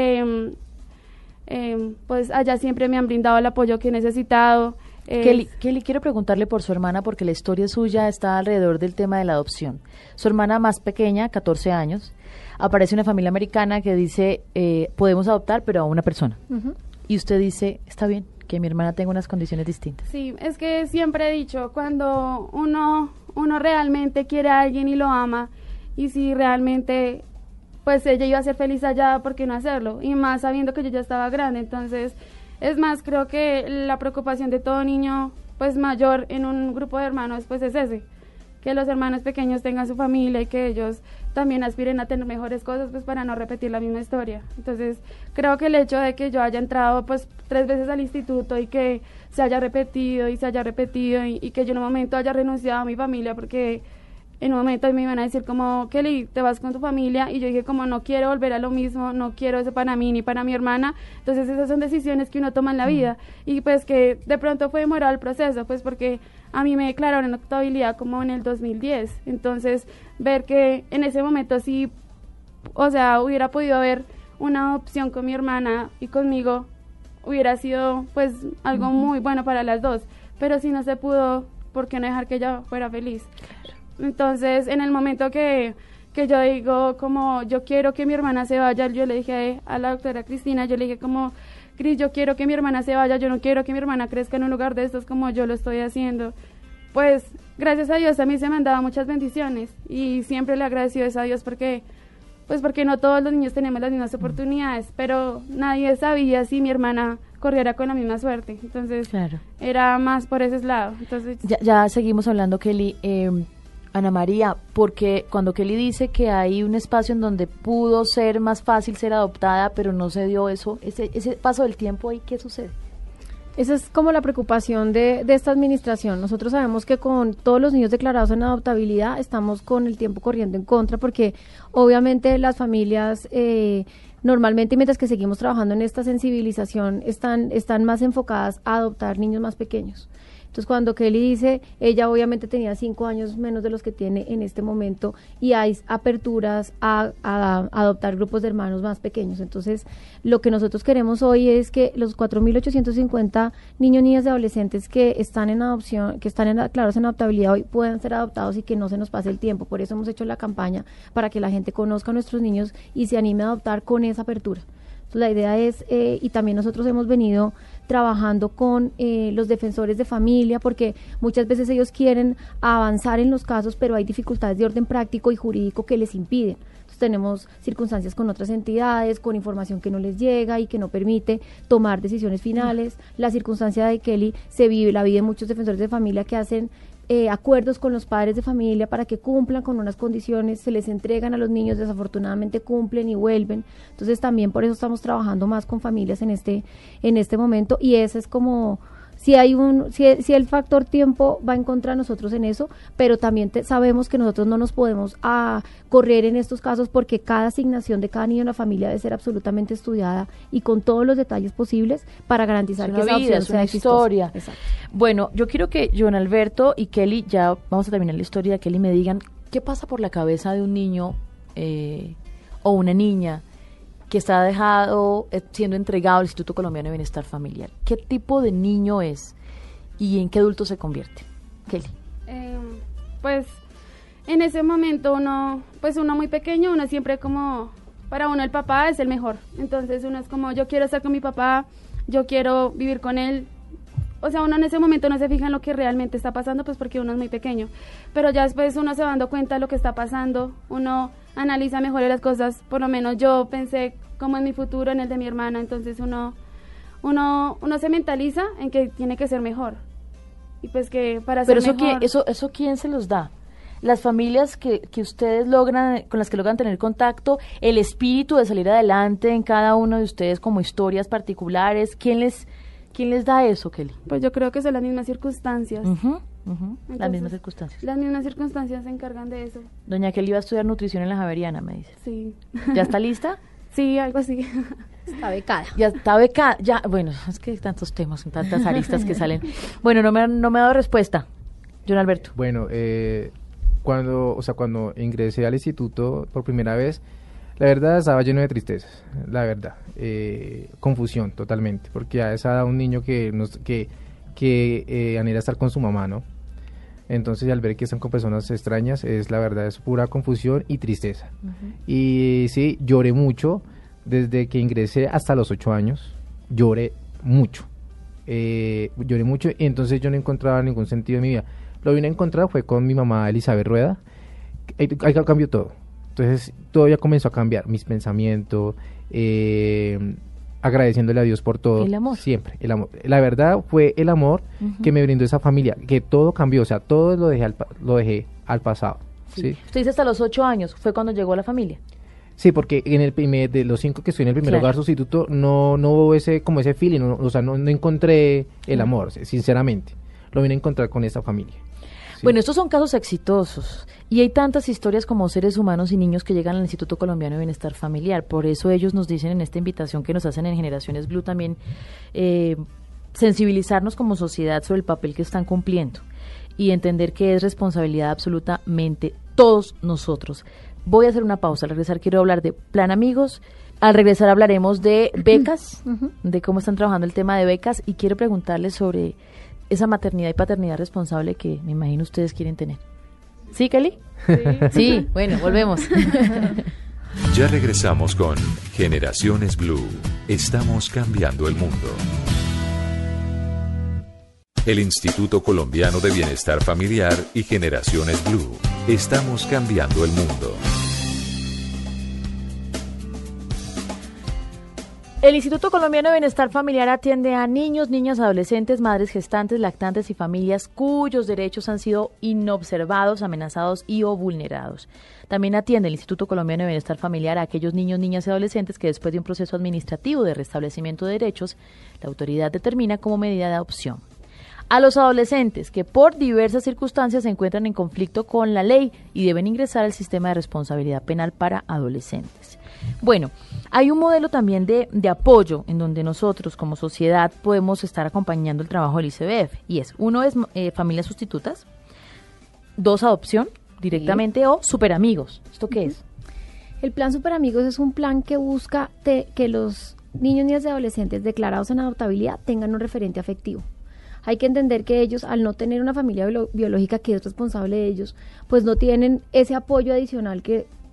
pues allá siempre me han brindado el apoyo que he necesitado. Kelly, quiero preguntarle por su hermana porque la historia suya está alrededor del tema de la adopción. Su hermana más pequeña, 14 años, aparece una familia americana que dice podemos adoptar pero a una persona, y usted dice está bien que mi hermana tenga unas condiciones distintas. Sí, es que siempre he dicho, cuando uno realmente quiere a alguien y lo ama, y si realmente pues ella iba a ser feliz allá, ¿por qué no hacerlo? Y más sabiendo que yo ya estaba grande. Entonces, es más, creo que la preocupación de todo niño pues mayor en un grupo de hermanos pues es ese, que los hermanos pequeños tengan su familia y que ellos también aspiren a tener mejores cosas pues para no repetir la misma historia. Entonces creo que el hecho de que yo haya entrado pues 3 veces al instituto y que se haya repetido y que yo en un momento haya renunciado a mi familia, porque en un momento me iban a decir como Kelly, te vas con tu familia, y yo dije como no quiero volver a lo mismo, no quiero eso para mí ni para mi hermana. Entonces esas son decisiones que uno toma en la vida, y pues que de pronto fue demorado el proceso, pues porque a mí me declararon en adoptabilidad como en el 2010, entonces ver que en ese momento sí, o sea, hubiera podido haber una adopción con mi hermana y conmigo, hubiera sido pues algo muy bueno para las dos, pero si no se pudo, ¿por qué no dejar que ella fuera feliz? Entonces en el momento que yo digo como yo quiero que mi hermana se vaya, yo le dije a la doctora Cristina, yo le dije como Cris, yo quiero que mi hermana se vaya, yo no quiero que mi hermana crezca en un lugar de estos como yo lo estoy haciendo. Pues gracias a Dios a mí se me han dado muchas bendiciones y siempre le agradezco a Dios porque no todos los niños tenemos las mismas oportunidades, pero nadie sabía si mi hermana corriera con la misma suerte. Entonces era más por ese lado. Entonces ya seguimos hablando, Kelly. Ana María, porque cuando Kelly dice que hay un espacio en donde pudo ser más fácil ser adoptada, pero no se dio eso, ese paso del tiempo ahí, ¿qué sucede? Esa es como la preocupación de esta administración. Nosotros sabemos que con todos los niños declarados en adoptabilidad estamos con el tiempo corriendo en contra, porque obviamente las familias normalmente, mientras que seguimos trabajando en esta sensibilización, están más enfocadas a adoptar niños más pequeños. Entonces, cuando Kelly dice, ella obviamente tenía 5 años menos de los que tiene en este momento, y hay aperturas a adoptar grupos de hermanos más pequeños. Entonces, lo que nosotros queremos hoy es que los 4.850 niños, niñas y adolescentes que están en adopción, que están declarados en adoptabilidad hoy, puedan ser adoptados y que no se nos pase el tiempo. Por eso hemos hecho la campaña, para que la gente conozca a nuestros niños y se anime a adoptar con esa apertura. Entonces, la idea es, y también nosotros hemos venido trabajando con los defensores de familia, porque muchas veces ellos quieren avanzar en los casos, pero hay dificultades de orden práctico y jurídico que les impiden. Entonces tenemos circunstancias con otras entidades, con información que no les llega y que no permite tomar decisiones finales. La circunstancia de Kelly la vive muchos defensores de familia que hacen acuerdos con los padres de familia para que cumplan con unas condiciones, se les entregan a los niños, desafortunadamente cumplen y vuelven. Entonces también por eso estamos trabajando más con familias en este momento, y ese es como... Si el factor tiempo va en contra de nosotros en eso, pero también sabemos que nosotros no nos podemos correr en estos casos, porque cada asignación de cada niño en la familia debe ser absolutamente estudiada y con todos los detalles posibles para garantizar que esa opción sea historia. Exacto. Bueno, yo quiero que John Alberto y Kelly, ya vamos a terminar la historia de Kelly, me digan qué pasa por la cabeza de un niño o una niña que está siendo entregado al Instituto Colombiano de Bienestar Familiar. ¿Qué tipo de niño es y en qué adulto se convierte? Kelly. Pues en ese momento uno muy pequeño, uno siempre como, para uno el papá es el mejor. Entonces uno es como, yo quiero estar con mi papá, yo quiero vivir con él. O sea, uno en ese momento no se fija en lo que realmente está pasando, pues porque uno es muy pequeño. Pero ya después uno se va dando cuenta de lo que está pasando, uno analiza mejor las cosas. Por lo menos yo pensé como en mi futuro, en el de mi hermana, entonces uno se mentaliza en que tiene que ser mejor. Y pues que para ser mejor... Pero eso ¿quién se los da? Las familias que ustedes con las que logran tener contacto, el espíritu de salir adelante en cada uno de ustedes como historias particulares, ¿quién les da eso, Kelly? Pues yo creo que son las mismas circunstancias. Entonces, las mismas circunstancias. Las mismas circunstancias se encargan de eso. Doña Kelly va a estudiar nutrición en la Javeriana, me dice. Sí. ¿Ya está lista? Sí, algo así. Está becada. Ya está becada. Ya, bueno, es que hay tantos temas, tantas aristas que salen. Bueno, no me ha dado respuesta. John Alberto. Bueno, cuando ingresé al instituto por primera vez, la verdad estaba lleno de tristezas, la verdad, confusión totalmente, porque a esa edad un niño que anhela estar con su mamá, ¿no? Entonces al ver que están con personas extrañas, la verdad es pura confusión y tristeza. Y sí, lloré mucho, desde que ingresé hasta los 8 años, lloré mucho, y entonces yo no encontraba ningún sentido en mi vida. Lo que vine a encontrar fue con mi mamá Elizabeth Rueda, ahí cambió todo. Entonces todo ya comenzó a cambiar, mis pensamientos, agradeciéndole a Dios por todo. El amor. Siempre, el amor. La verdad fue el amor que me brindó esa familia, que todo cambió, o sea, todo lo dejé al pasado. ¿sí? Usted dice hasta los 8 años, ¿fue cuando llegó a la familia? Sí, porque de los 5 que estoy en el primer hogar sustituto, no hubo ese feeling, no encontré el amor, sinceramente. Lo vine a encontrar con esta familia. Bueno, estos son casos exitosos y hay tantas historias como seres humanos y niños que llegan al Instituto Colombiano de Bienestar Familiar. Por eso ellos nos dicen en esta invitación que nos hacen en Generaciones Blue también sensibilizarnos como sociedad sobre el papel que están cumpliendo y entender que es responsabilidad absolutamente todos nosotros. Voy a hacer una pausa. Al regresar quiero hablar de Plan Amigos. Al regresar hablaremos de becas, de cómo están trabajando el tema de becas, y quiero preguntarles sobre esa maternidad y paternidad responsable que me imagino ustedes quieren tener. ¿Sí, Kelly? Sí, bueno, volvemos. Ya regresamos con Generaciones Blue. Estamos cambiando el mundo. El Instituto Colombiano de Bienestar Familiar y Generaciones Blue. Estamos cambiando el mundo. El Instituto Colombiano de Bienestar Familiar atiende a niños, niñas, adolescentes, madres gestantes, lactantes y familias cuyos derechos han sido inobservados, amenazados y o vulnerados. También atiende el Instituto Colombiano de Bienestar Familiar a aquellos niños, niñas y adolescentes que después de un proceso administrativo de restablecimiento de derechos, la autoridad determina como medida de adopción. A los adolescentes que por diversas circunstancias se encuentran en conflicto con la ley y deben ingresar al sistema de responsabilidad penal para adolescentes. Bueno, hay un modelo también de apoyo en donde nosotros como sociedad podemos estar acompañando el trabajo del ICBF, y uno es familias sustitutas, 2 adopción directamente o superamigos. ¿Esto qué es? El plan Superamigos es un plan que busca que los niños, niñas y adolescentes declarados en adoptabilidad tengan un referente afectivo. Hay que entender que ellos, al no tener una familia biológica que es responsable de ellos, pues no tienen ese apoyo adicional que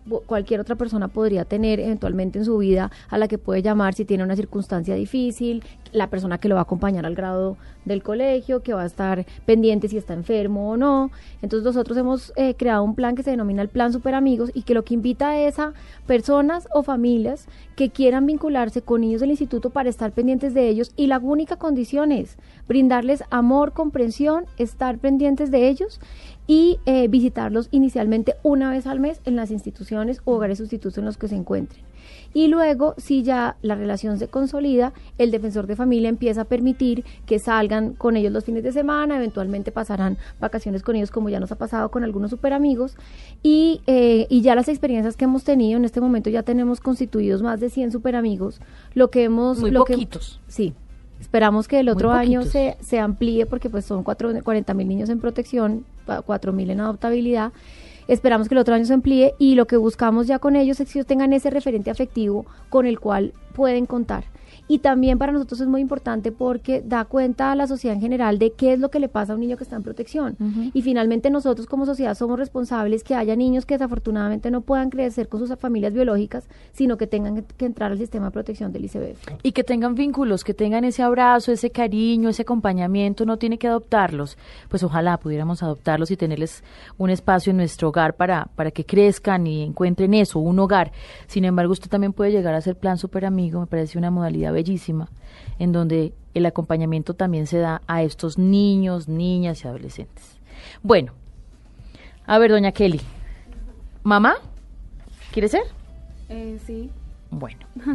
cualquier otra persona podría tener eventualmente en su vida, a la que puede llamar si tiene una circunstancia difícil, la persona que lo va a acompañar al grado del colegio, que va a estar pendiente si está enfermo o no. Entonces nosotros hemos creado un plan que se denomina el Plan Super Amigos, y que lo que invita es a personas o familias que quieran vincularse con niños del instituto para estar pendientes de ellos, y la única condición es brindarles amor, comprensión, estar pendientes de ellos y visitarlos inicialmente una vez al mes en las instituciones o hogares sustitutos en los que se encuentren. Y luego, si ya la relación se consolida, el defensor de familia empieza a permitir que salgan con ellos los fines de semana, eventualmente pasarán vacaciones con ellos, como ya nos ha pasado con algunos superamigos, y ya las experiencias que hemos tenido, en este momento ya tenemos constituidos más de 100 superamigos, Muy poquitos. Sí. Esperamos que el otro año poquitos. se amplíe, porque pues son 40.000 niños en protección, 4.000 en adoptabilidad. Esperamos que el otro año se amplíe, y lo que buscamos ya con ellos es que ellos tengan ese referente afectivo con el cual pueden contar. Y también para nosotros es muy importante porque da cuenta a la sociedad en general de qué es lo que le pasa a un niño que está en protección. Y finalmente nosotros como sociedad somos responsables que haya niños que desafortunadamente no puedan crecer con sus familias biológicas, sino que tengan que entrar al sistema de protección del ICBF. Y que tengan vínculos, que tengan ese abrazo, ese cariño, ese acompañamiento. No tiene que adoptarlos, pues ojalá pudiéramos adoptarlos y tenerles un espacio en nuestro hogar para que crezcan y encuentren eso, un hogar. Sin embargo, usted también puede llegar a ser Plan Super Amigo, me parece una modalidad bellísima, en donde el acompañamiento también se da a estos niños, niñas y adolescentes. Bueno, a ver, doña Kelly, ¿mamá? ¿Quiere ser? Sí. Bueno,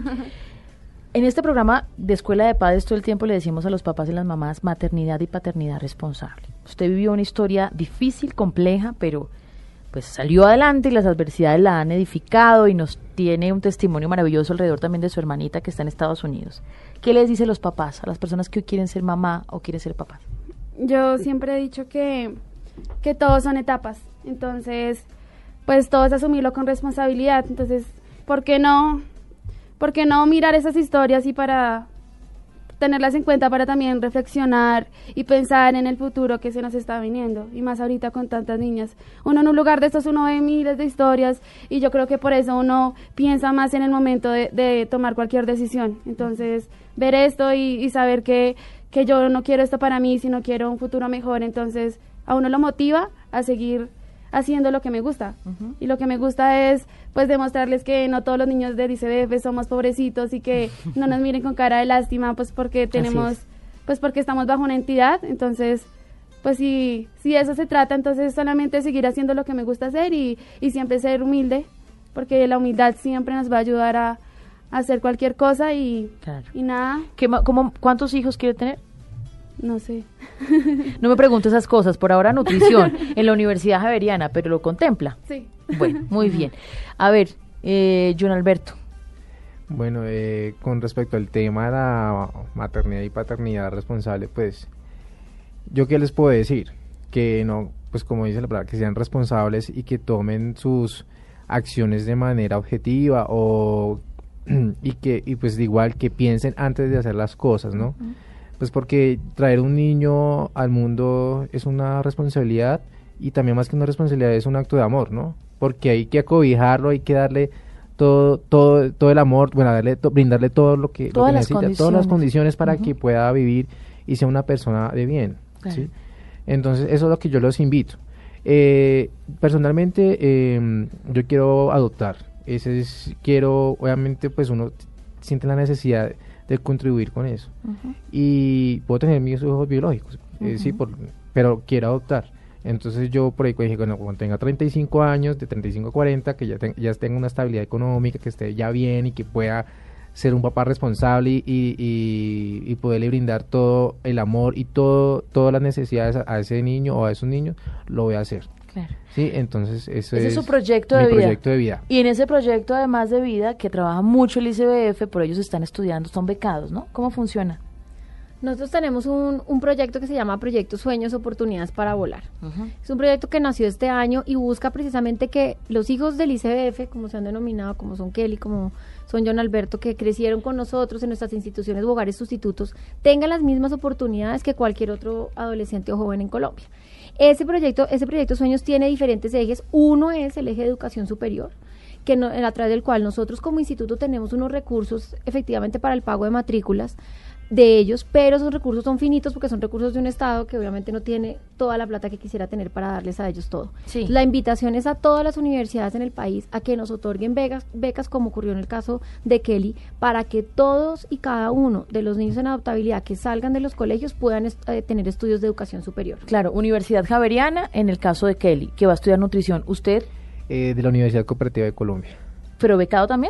en este programa de Escuela de Padres todo el tiempo le decimos a los papás y las mamás maternidad y paternidad responsable. Usted vivió una historia difícil, compleja, pero pues salió adelante y las adversidades la han edificado y nos tiene un testimonio maravilloso alrededor también de su hermanita que está en Estados Unidos. ¿Qué les dice los papás a las personas que hoy quieren ser mamá o quieren ser papás? Yo siempre he dicho que todos son etapas, entonces pues todo es asumirlo con responsabilidad. Entonces, ¿por qué no mirar esas historias y para tenerlas en cuenta, para también reflexionar y pensar en el futuro que se nos está viniendo, y más ahorita con tantas niñas? Uno en un lugar de estos, uno ve miles de historias, y yo creo que por eso uno piensa más en el momento de tomar cualquier decisión. Entonces, ver esto y saber que yo no quiero esto para mí, sino quiero un futuro mejor, entonces a uno lo motiva a seguir haciendo lo que me gusta. Y lo que me gusta es pues demostrarles que no todos los niños del ICBF somos pobrecitos y que no nos miren con cara de lástima, pues porque porque estamos bajo una entidad. Entonces, pues si eso se trata, entonces solamente seguir haciendo lo que me gusta hacer y siempre ser humilde, porque la humildad siempre nos va a ayudar a hacer cualquier cosa y nada. ¿Cuántos hijos quiere tener? No sé. No me pregunte esas cosas, por ahora nutrición en la Universidad Javeriana, pero lo contempla. Sí. Bueno, muy bien. A ver, John Alberto. Bueno, con respecto al tema de la maternidad y paternidad responsable, pues, ¿yo qué les puedo decir? Que no, pues como dice la palabra, que sean responsables y que tomen sus acciones de manera objetiva y pues igual que piensen antes de hacer las cosas, ¿no? Pues porque traer un niño al mundo es una responsabilidad, y también más que una responsabilidad es un acto de amor, ¿no? Porque hay que acobijarlo, hay que darle todo el amor, bueno, brindarle todo lo que necesita, todas las condiciones para que pueda vivir y sea una persona de bien, ¿sí? Entonces eso es lo que yo los invito. Personalmente yo quiero adoptar, obviamente pues uno siente la necesidad de contribuir con eso, y puedo tener mis hijos biológicos, sí, pero quiero adoptar. Entonces yo por ahí dije, bueno, cuando tenga 35 años, de 35 a 40, que ya tenga una estabilidad económica, que esté ya bien y que pueda ser un papá responsable y poderle brindar todo el amor y todas las necesidades a ese niño o a esos niños, lo voy a hacer. Claro. Sí, entonces ese es su proyecto de vida. Y en ese proyecto, además de vida, que trabaja mucho el ICBF, por ellos están estudiando, son becados, ¿no? ¿Cómo funciona? Nosotros tenemos un proyecto que se llama Proyecto Sueños, Oportunidades para Volar. Es un proyecto que nació este año y busca precisamente que los hijos del ICBF, como se han denominado, como son Kelly, como son John Alberto, que crecieron con nosotros en nuestras instituciones o hogares sustitutos, tengan las mismas oportunidades que cualquier otro adolescente o joven en Colombia. Ese proyecto Sueños tiene diferentes ejes. Uno es el eje de educación superior, a través del cual nosotros como instituto tenemos unos recursos efectivamente para el pago de matrículas de ellos, pero esos recursos son finitos porque son recursos de un Estado que obviamente no tiene toda la plata que quisiera tener para darles a ellos todo. Sí. La invitación es a todas las universidades en el país a que nos otorguen becas como ocurrió en el caso de Kelly, para que todos y cada uno de los niños en adoptabilidad que salgan de los colegios puedan tener estudios de educación superior. Claro, Universidad Javeriana en el caso de Kelly, que va a estudiar nutrición. ¿Usted? De la Universidad Cooperativa de Colombia. ¿Pero becado también?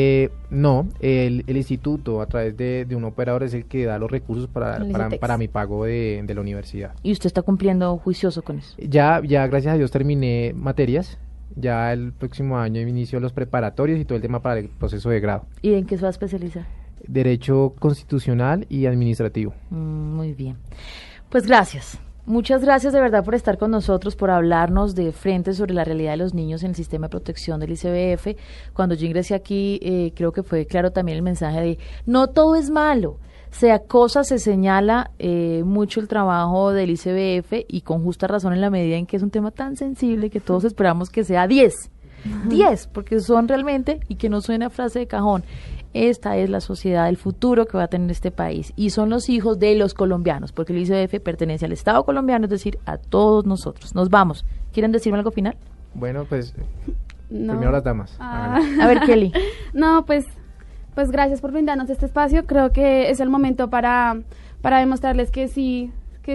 No, el instituto a través de un operador es el que da los recursos para mi pago de la universidad. ¿Y usted está cumpliendo juicioso con eso? Ya gracias a Dios terminé materias, ya el próximo año inicio los preparatorios y todo el tema para el proceso de grado. ¿Y en qué se va a especializar? Derecho constitucional y administrativo. Muy bien. Pues gracias. Muchas gracias de verdad por estar con nosotros, por hablarnos de frente sobre la realidad de los niños en el sistema de protección del ICBF. Cuando yo ingresé aquí, creo que fue claro también el mensaje de no todo es malo. Se acosa, se señala mucho el trabajo del ICBF y con justa razón en la medida en que es un tema tan sensible que todos esperamos que sea 10. 10, porque son realmente, y que no suena frase de cajón, esta es la sociedad del futuro que va a tener este país y son los hijos de los colombianos, porque el ICBF pertenece al Estado colombiano, es decir, a todos nosotros. Nos vamos. ¿Quieren decirme algo final? Bueno, pues No. primero las damas. Ah. A ver, Kelly. No, pues gracias por brindarnos este espacio. Creo que es el momento para demostrarles que sí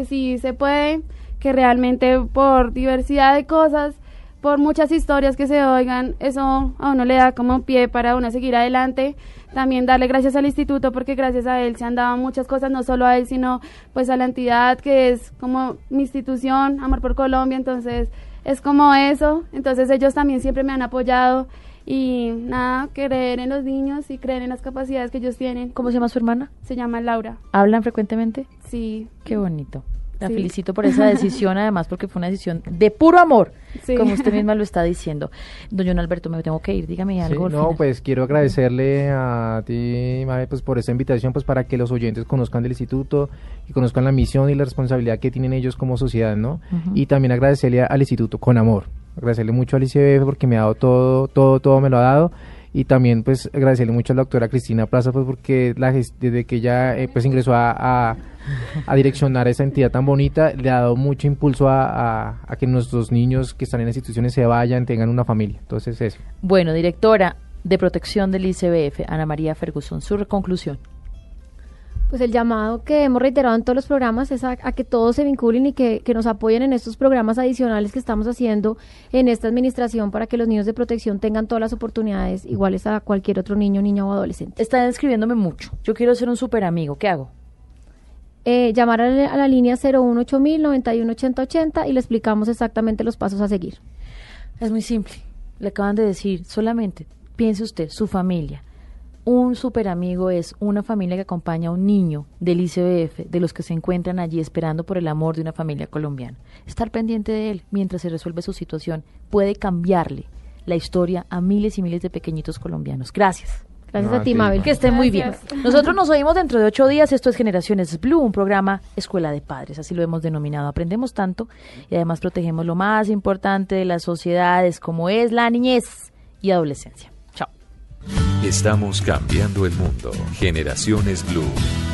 se puede, que realmente por diversidad de cosas, por muchas historias que se oigan, eso a uno le da como pie para uno seguir adelante. También darle gracias al instituto, porque gracias a él se han dado muchas cosas, no solo a él, sino pues a la entidad que es como mi institución, Amor por Colombia. Entonces es como eso. Entonces ellos también siempre me han apoyado y nada, creer en los niños y creer en las capacidades que ellos tienen. ¿Cómo se llama su hermana? Se llama Laura. ¿Hablan frecuentemente? Sí. Qué bonito. La Sí. felicito por esa decisión, además, porque fue una decisión de puro amor, Sí. como usted misma lo está diciendo. Don John Alberto, me tengo que ir, dígame algo. Sí, al no, final. pues quiero agradecerle a ti, Mabe, pues por esta invitación, pues para que los oyentes conozcan del instituto y conozcan la misión y la responsabilidad que tienen ellos como sociedad, ¿no? Y también agradecerle al instituto con amor, agradecerle mucho al ICBF porque me ha dado todo me lo ha dado. Y también pues agradecerle mucho a la doctora Cristina Plaza, pues porque desde que ella pues ingresó a direccionar esa entidad tan bonita, le ha dado mucho impulso a que nuestros niños que están en las instituciones se vayan, tengan una familia. Entonces eso. Bueno, directora de protección del ICBF, Ana María Ferguson, su conclusión. Pues el llamado que hemos reiterado en todos los programas es a que todos se vinculen y que nos apoyen en estos programas adicionales que estamos haciendo en esta administración para que los niños de protección tengan todas las oportunidades iguales a cualquier otro niño, niña o adolescente. Están escribiéndome mucho. Yo quiero ser un super amigo. ¿Qué hago? Llamar a la línea 018.000 918080 y le explicamos exactamente los pasos a seguir. Es muy simple. Le acaban de decir, solamente piense usted, su familia. Un super amigo es una familia que acompaña a un niño del ICBF, de los que se encuentran allí esperando por el amor de una familia colombiana. Estar pendiente de él mientras se resuelve su situación puede cambiarle la historia a miles y miles de pequeñitos colombianos. Gracias. Gracias a ti, Mabel. Que esté muy bien. Nosotros nos oímos dentro de 8 días. Esto es Generaciones Blue, un programa Escuela de Padres, así lo hemos denominado. Aprendemos tanto y además protegemos lo más importante de las sociedades, como es la niñez y adolescencia. Chao. Estamos cambiando el mundo. Generaciones Blue.